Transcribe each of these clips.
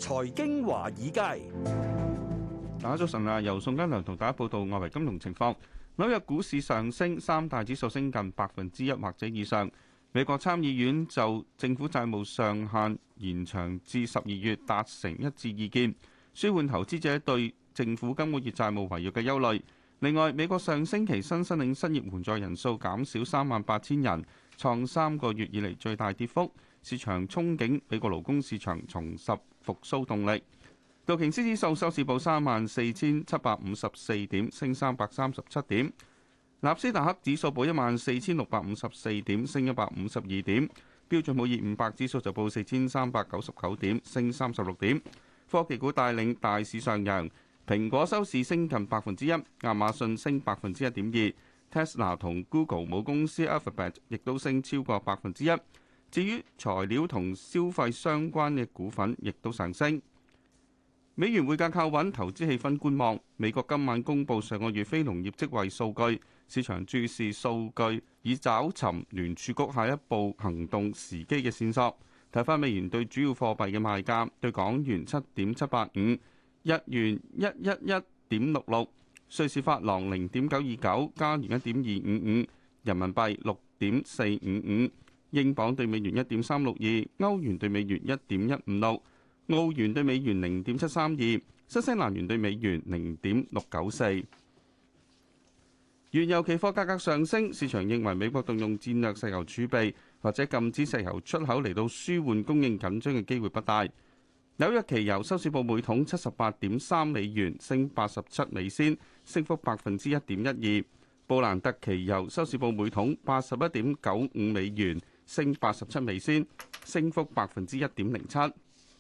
財經華爾街， 大家早晨啊！由宋嘉良同大家報道外圍金融情況。紐約股市上升，三大指數升近1%或者以上。美國參議院就政府債務上限延長至12月達成一致意見，舒緩投資者對政府今個月債務違約嘅憂慮。另外，美國上星期新申領失業援助人數減少38,000人，創3個月以嚟最大跌幅。市場憧憬美國勞工市場重拾復甦動力。道瓊斯指數收市報34,754點，升337點。納斯達克指數報14,654點，升152點。標準普爾500指數就報4,399點，升36點。科技股帶領大市上揚，蘋果收市升近1%，亞馬遜升1.2%，Tesla 同 Google 母公司 Alphabet 亦都升超過1%。至於材料同消費相關嘅股份，亦都上升。美元匯價靠穩，投資氣氛觀望。美國今晚公布上個月非農業職位數據，市場注視數據以找尋聯儲局下一步行動時機嘅線索。睇返美元對主要貨幣嘅賣價，對港元7.785，日元111.66，瑞士法郎0.929，加元1.255，人民幣6.455。英鎊對美元1.362，歐元對美元1.156，澳元對美元0.732，新西蘭元對美元0.694。原油期貨價格上升，市場認為美國動用戰略石油儲備或者禁止石油出口嚟到舒緩供應緊張嘅機會不大。紐約期油收市報每桶78.3美元，升87美仙，升幅1.12%。布蘭特期油收市報每桶81.95美元，升87美仙，升幅1.07%。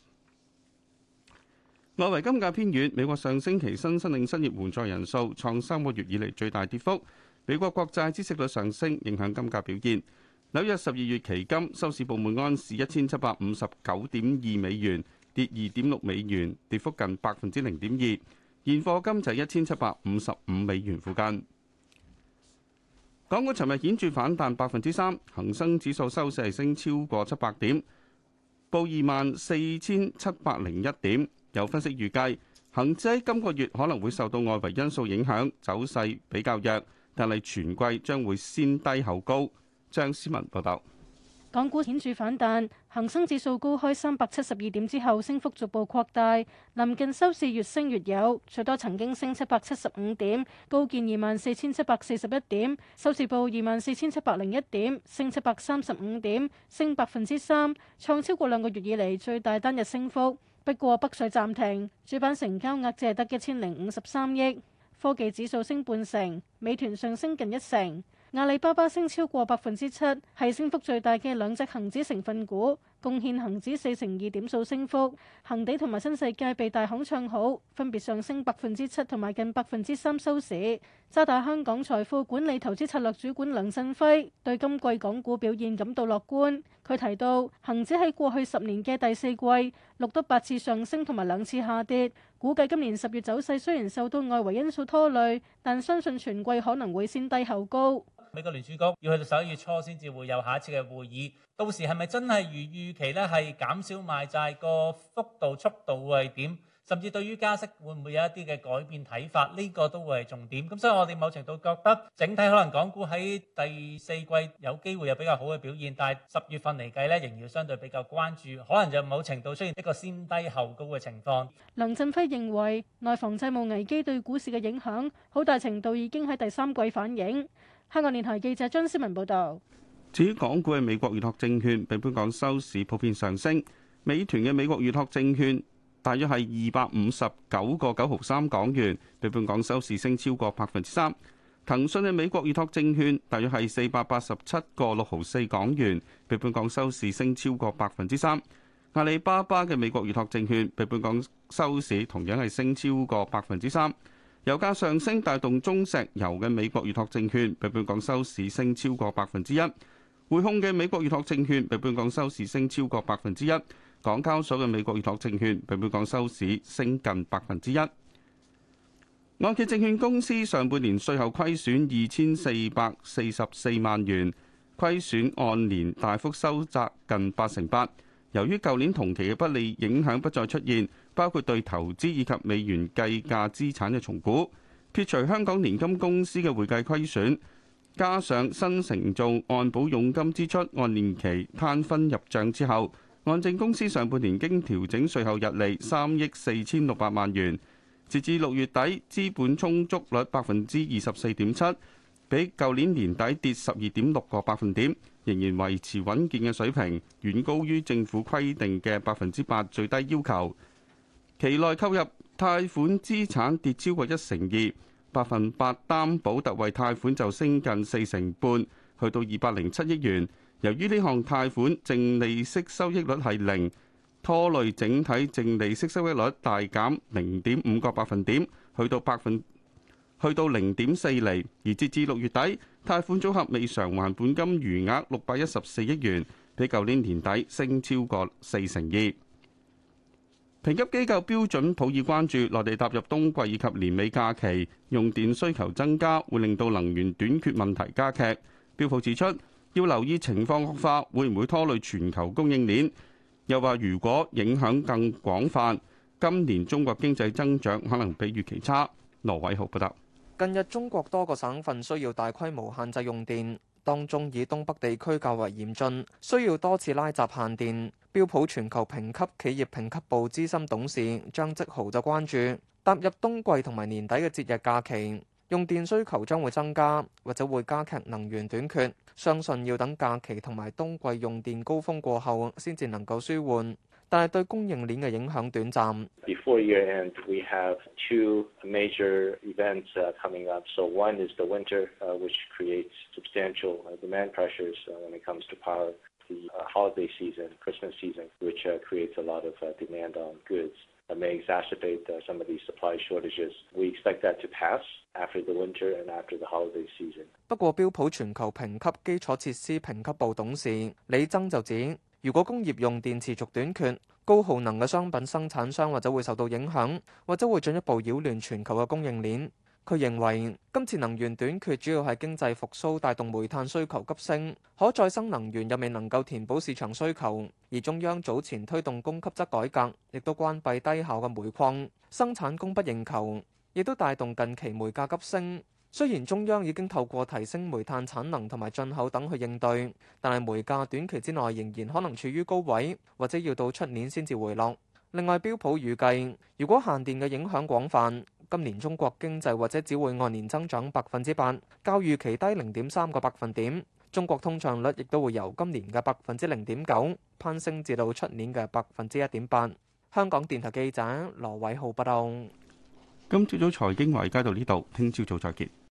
外圍金價偏軟，美國上星期新申領失業援助人數創3個月以嚟最大跌幅。美國國債孳息率上升，影響金價表現。紐約12月期金收市報每安士1759.2美元，跌2.6美元，跌幅近0.2%。現貨金就1755美元附近。港股尋日顯著反彈3%，恒生指數收市升超過700點，報24,701點。有分析預計，恒指喺今個月可能會受到外圍因素影響，走勢比較弱，但係全季將會先低後高。張思文報道。 港股顯著反彈，恒生指數高開372點之後，升幅逐步擴大，臨近收市越升越有，最多曾經升775點，高見24,741點，收市報24,701點，升735點，升3%，創超過2個月以嚟最大單日升幅。不過北水暫停，主板成交額只係得1053億。科技指數升半成，美團上升近1成。阿里巴巴升超過7%，係升幅最大嘅兩隻恒指成分股，貢獻恒指42點數升幅。恒地同埋新世界被大行唱好，分別上升7%同埋近3%收市。渣打香港財富管理投資策略主管梁振輝對今季港股表現感到樂觀。佢提到，恒指喺過去10年嘅第4季錄得8次上升同埋2次下跌，估計今年10月走勢雖然受到外圍因素拖累，但相信全季可能會先低後高。 美國聯儲局要去到11月初先至會有下一次嘅會議，到時係咪真係如預期咧？係減少賣債個幅度速度會係點？甚至對於加息會唔會有一啲嘅改變睇法？呢個都會係重點。咁所以我哋某程度覺得整體可能港股喺第4季有機會有比較好嘅表現，但係10月份嚟計咧，仍然相對比較關注，可能就某程度出現一個先低後高嘅情況。 梁振輝認為，內房債務危機對股市嘅影響好大程度已經喺第3季反映。香港電台記者張思文報道。 至於港股嘅美國預託證券，比本港收市普遍上升。美團嘅美國預託證券大約係259.9毫3港元，比本港收市升超過3%。騰訊嘅美國預託證券大約係487.6毫4港元，比本港收市升超過3%。阿里巴巴嘅美國預託證券比本港收市同樣係升超過3%。油價上升帶動中石油嘅美國預託證券比本港收市升超過1%。匯控嘅美國預託證券比本港收市升超過1%。港交所嘅美國預託證券比本港收市升近1%。按揭證券公司上半年稅後虧損2444萬元，虧損按年大幅收窄近8%。由於舊年同期嘅不利影響不再出現， 包括對投資以及美元計價資產嘅重估。撇除香港年金公司嘅會計虧損，加上新承做按保佣金支出按年期攤分入帳之後，按證公司上半年經調整稅後溢利3億4600萬元。截至6月底，資本充足率24.7%，比舊年年底跌12.6個百分點，仍然維持穩健嘅水平，遠高於政府規定嘅8%最低要求。期內購入貸款資產跌超過1成2，百分百擔保特惠貸款就升近4成半，去到207億元。由於呢項貸款淨利息收益率係0，拖累整體淨利息收益率大減0.5個百分點，去到0.4厘。而截至6月底，貸款組合未償還本金餘額614億元，比舊年年底升超過2%。評級機構標準普爾關注內地踏入冬季以及年尾假期，用電需求增加，會令到能源短缺問題加劇。標普指出，要留意情況惡化會唔會拖累全球供應鏈。又話如果影響更廣泛，今年中國經濟增長可能比預期差。羅偉豪報道。 近日中國多個省份需要大規模限制用電，當中以東北地區較為嚴峻，需要多次拉閘限電。標普全球評級企業評級部資深董事張積豪就關注，踏入冬季同埋年底嘅節日假期，用電需求將會增加，或者會加劇能源短缺。相信要等假期同埋冬季用電高峰過後，先至能夠舒緩。但係對供應鏈嘅影響短暫。 Before year end, we have two major events coming up. So one is the winter, which creates substantial demand pressures when it comes to power. The holiday season, Christmas season, which creates a lot of demand on goods, may exacerbate some of these supply shortages. We expect that to pass after the winter and after the holiday season. 不過標普全球評級基礎設施評級部董事李增就指，如果工業用電持續短缺，高耗能嘅商品生產商或者會受到影響，或者會進一步擾亂全球嘅供應鏈。佢認為今次能源短缺主要係經濟復甦帶動煤炭需求急升，可再生能源又未能夠填補市場需求，而中央早前推動供給側改革，亦都關閉低效嘅煤礦，生產供不應求，亦都帶動近期煤價急升。雖然中央已經透過提升煤炭產能同埋進口等去應對，但係煤價短期之內仍然可能處於高位，或者要到出年先至回落。另外，標普預計，如果限電嘅影響廣泛，今年中國經濟或者只會按年增長8%，較預期低0.3個百分點。中國通脹率亦都會由今年嘅0.9%攀升至到出年嘅1.8%。香港電台記者羅偉浩報道。 今朝早財經華爾街到呢度，聽朝早再見。